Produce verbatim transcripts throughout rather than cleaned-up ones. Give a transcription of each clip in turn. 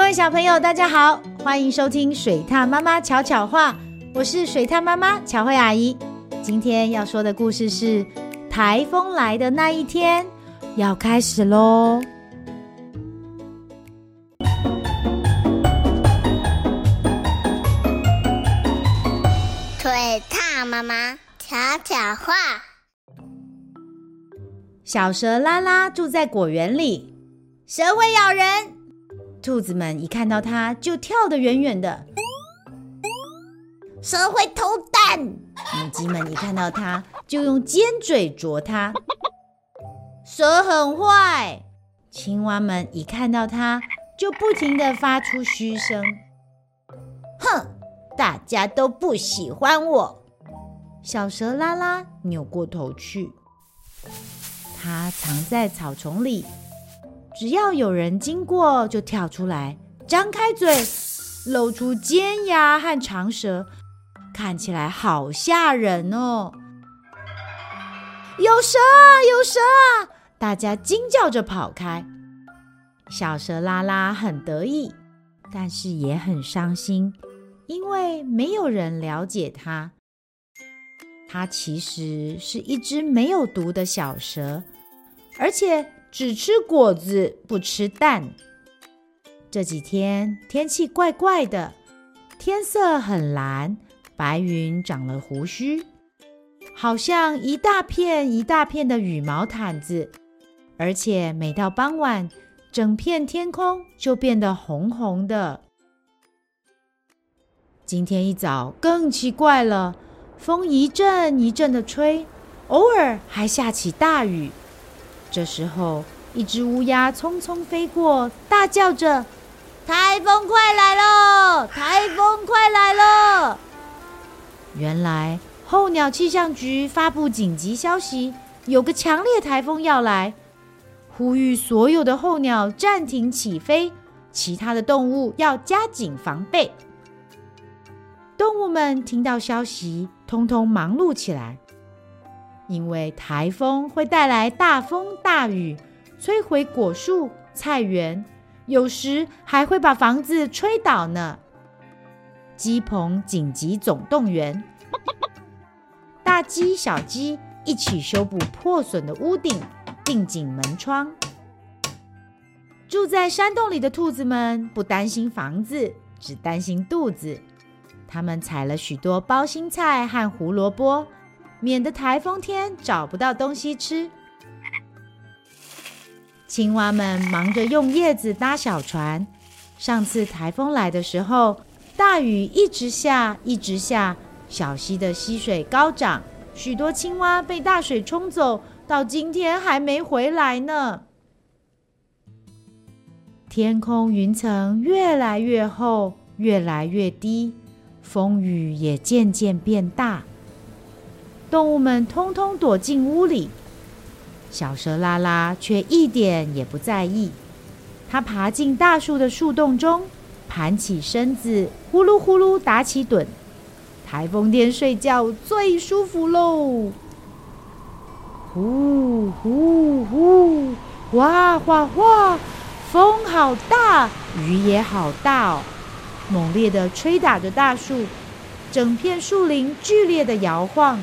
位小朋友大家好，欢迎收听水獭妈妈巧巧话，我是水獭妈妈巧慧阿姨。今天要说的故事是台风来的那一天，要开始咯。 水獭妈妈巧巧话。 小蛇拉拉住在果园里，蛇会咬人，兔子们一看到它就跳得远远的。蛇会偷蛋，母鸡们一看到它就用尖嘴啄它。蛇很坏，青蛙们一看到它就不停地发出嘘声。哼，大家都不喜欢我。小蛇拉拉扭过头去，它藏在草丛里，只要有人经过就跳出来，张开嘴，露出尖牙和长舌，看起来好吓人哦。有蛇啊，有蛇啊！大家惊叫着跑开。小蛇拉拉很得意，但是也很伤心，因为没有人了解它。它其实是一只没有毒的小蛇，而且只吃果子不吃蛋。这几天天气怪怪的，天色很蓝，白云长了胡须，好像一大片一大片的羽毛毯子，而且每到傍晚，整片天空就变得红红的。今天一早更奇怪了，风一阵一阵的吹，偶尔还下起大雨。这时候，一只乌鸦匆匆飞过，大叫着：台风快来了！台风快来了！原来候鸟气象局发布紧急消息，有个强烈台风要来，呼吁所有的候鸟暂停起飞，其他的动物要加紧防备。动物们听到消息，通通忙碌起来，因为台风会带来大风大雨，摧毁果树、菜园，有时还会把房子吹倒呢。鸡棚紧急总动员，大鸡、小鸡一起修补破损的屋顶，钉紧门窗。住在山洞里的兔子们不担心房子，只担心肚子。他们采了许多包心菜和胡萝卜，免得台风天找不到东西吃。青蛙们忙着用叶子搭小船。上次台风来的时候，大雨一直下一直下，小溪的溪水高涨，许多青蛙被大水冲走，到今天还没回来呢。天空云层越来越厚，越来越低，风雨也渐渐变大。动物们通通躲进屋里，小蛇拉拉却一点也不在意。它爬进大树的树洞中，盘起身子，呼噜呼噜打起盹。台风天睡觉最舒服喽！呼呼呼，哗哗哗，风好大，雨也好大哦，猛烈地吹打着大树，整片树林剧烈地摇晃。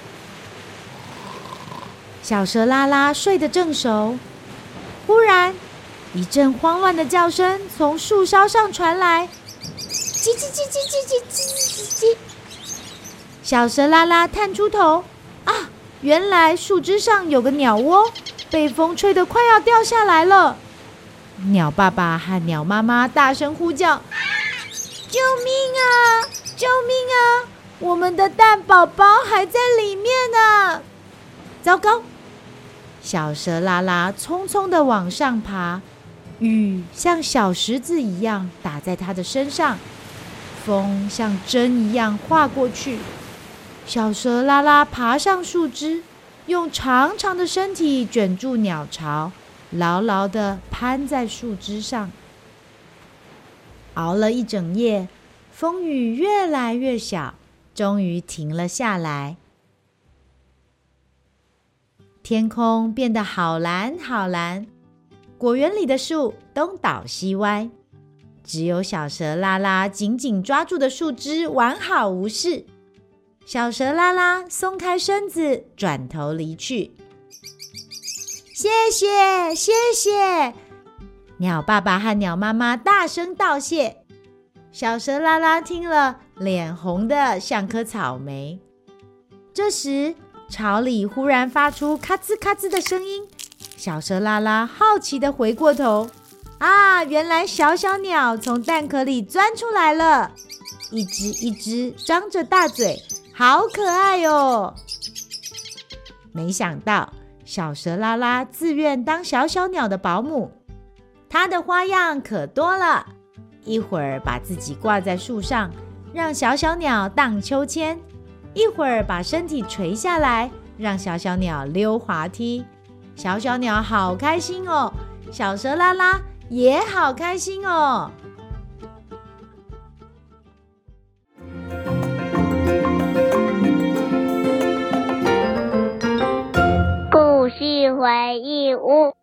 小蛇拉拉睡得正熟，忽然一阵慌乱的叫声从树梢上传来，叽叽叽叽叽叽叽叽叽。小蛇拉拉探出头，啊，原来树枝上有个鸟窝，被风吹得快要掉下来了。鸟爸爸和鸟妈妈大声呼叫：救命啊！救命啊！我们的蛋宝宝还在里面呢！糟糕！小蛇拉拉匆匆地往上爬，雨像小石子一样打在它的身上，风像针一样划过去。小蛇拉拉爬上树枝，用长长的身体卷住鸟巢，牢牢地攀在树枝上。熬了一整夜，风雨越来越小，终于停了下来。天空变得好蓝好蓝，果园里的树东倒西歪， 只有小蛇拉拉紧紧抓住的树枝完好无事。小蛇拉拉松开身子，转头离去。谢谢，谢谢！鸟爸爸和鸟妈妈大声道谢。小蛇拉拉听了，脸红的像颗草莓。这时，巢里忽然发出咔吱咔吱的声音。小蛇拉拉好奇地回过头，啊，原来小小鸟从蛋壳里钻出来了，一只一只张着大嘴，好可爱哦！没想到小蛇拉拉自愿当小小鸟的保姆，它的花样可多了。一会儿把自己挂在树上，让小小鸟荡秋千；一会儿把身体垂下来，让小小鸟溜滑梯。小小鸟好开心哦，小蛇拉拉也好开心哦。 故事回忆屋，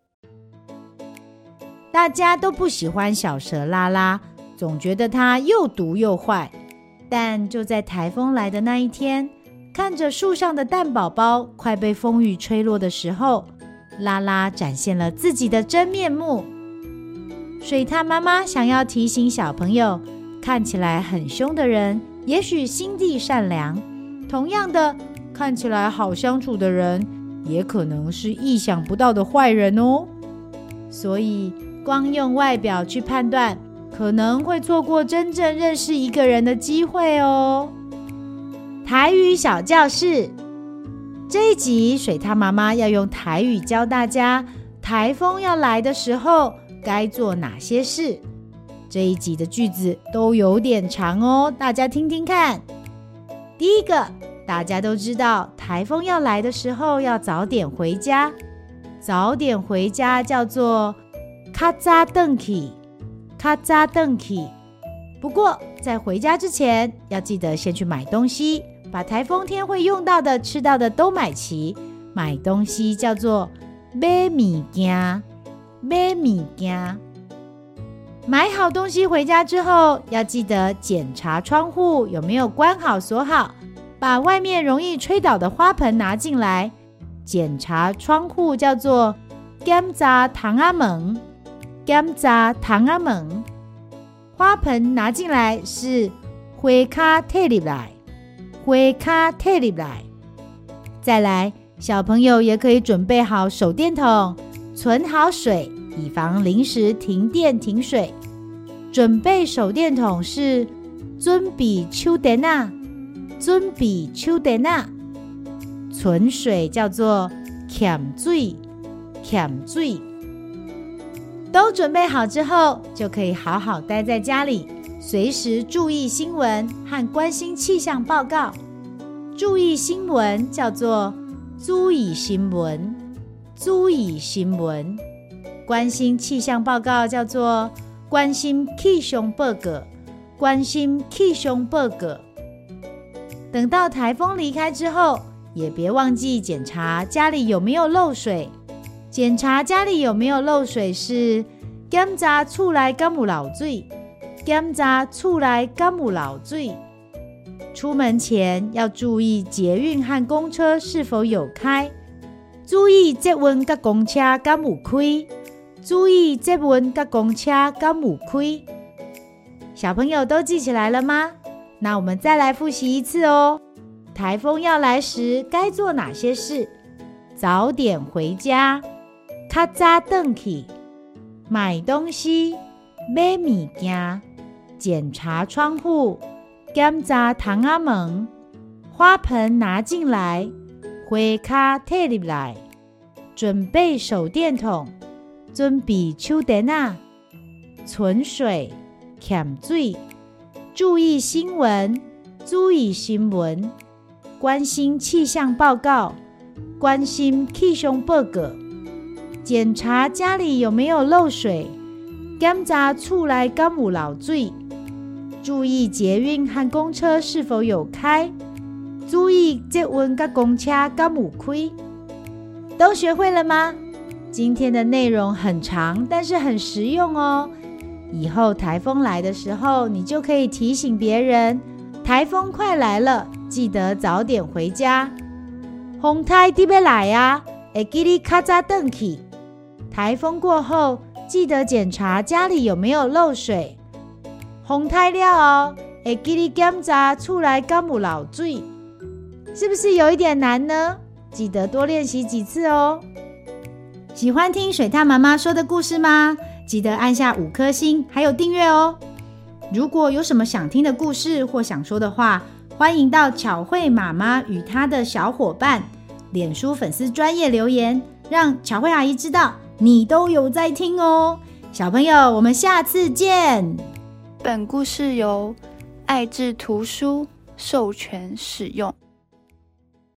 大家都不喜欢小蛇拉拉，总觉得它又毒又坏。但就在台风来的那一天，看着树上的蛋宝宝快被风雨吹落的时候，拉拉展现了自己的真面目。水獭妈妈想要提醒小朋友，看起来很凶的人，也许心地善良；同样的，看起来好相处的人，也可能是意想不到的坏人哦。所以，光用外表去判断，可能会错过真正认识一个人的机会哦。台语小教室，这一集水獭妈妈要用台语教大家，台风要来的时候该做哪些事。这一集的句子都有点长哦，大家听听看。第一个，大家都知道台风要来的时候要早点回家，早点回家叫做较早回去，较早回去。不过在回家之前，要记得先去买东西，把台风天会用到的、吃到的都买齐。买东西叫做买物件，买物件。买好东西回家之后，要记得检查窗户有没有关好锁好，把外面容易吹倒的花盆拿进来。检查窗户叫做检查窗仔门，检查窗仔门。花盆拿进来是花卡摕入来，花卡摕入来。再来，小朋友也可以准备好手电筒，存好水，以防临时停电停水。准备手电筒是准备手电仔，准备手电仔。存水叫做欠水，欠水。都准备好之后，就可以好好待在家里，随时注意新闻和关心气象报告。注意新闻叫做注意新闻，注意新闻。关心气象报告叫做关心气象报告，关心气象报告。等到台风离开之后，也别忘记检查家里有没有漏水。检查家里有没有漏水是检查厝内敢有漏水，检查厝内敢有漏水。出门前要注意捷运和公车是否有开，注意捷运和公车敢有开，注意捷运和公车敢有开。小朋友都记起来了吗？那我们再来复习一次哦。台风要来时该做哪些事？早点回家，较早回去，买东西，买物件，检查窗户，检查窗仔门，花盆拿进来，花卡摕入来，准备手电筒，准备手电仔，存水，欠水，注意新闻，注意新闻，关心气象报告，关心气象报告，检查家里有没有漏水，检查厝内敢有漏水，注意捷运和公车是否有开，注意捷运和公车敢有开。都学会了吗？今天的内容很长，但是很实用哦。 以后台风来的时候，你就可以提醒别人，台风快来了，记得早点回家。风台得要来啊，会记你较早回去。台风过后，记得检查家里有没有漏水。风台了哦，会记你检查厝内敢有漏水。是不是有一点难呢？记得多练习几次哦。喜欢听水獭妈妈说的故事吗？记得按下五颗星，还有订阅哦。如果有什么想听的故事或想说的话，欢迎到巧慧妈妈与她的小伙伴脸书粉丝专页留言，让巧慧阿姨知道你都有在听哦。小朋友，我们下次见。 本故事由爱智图书授权使用。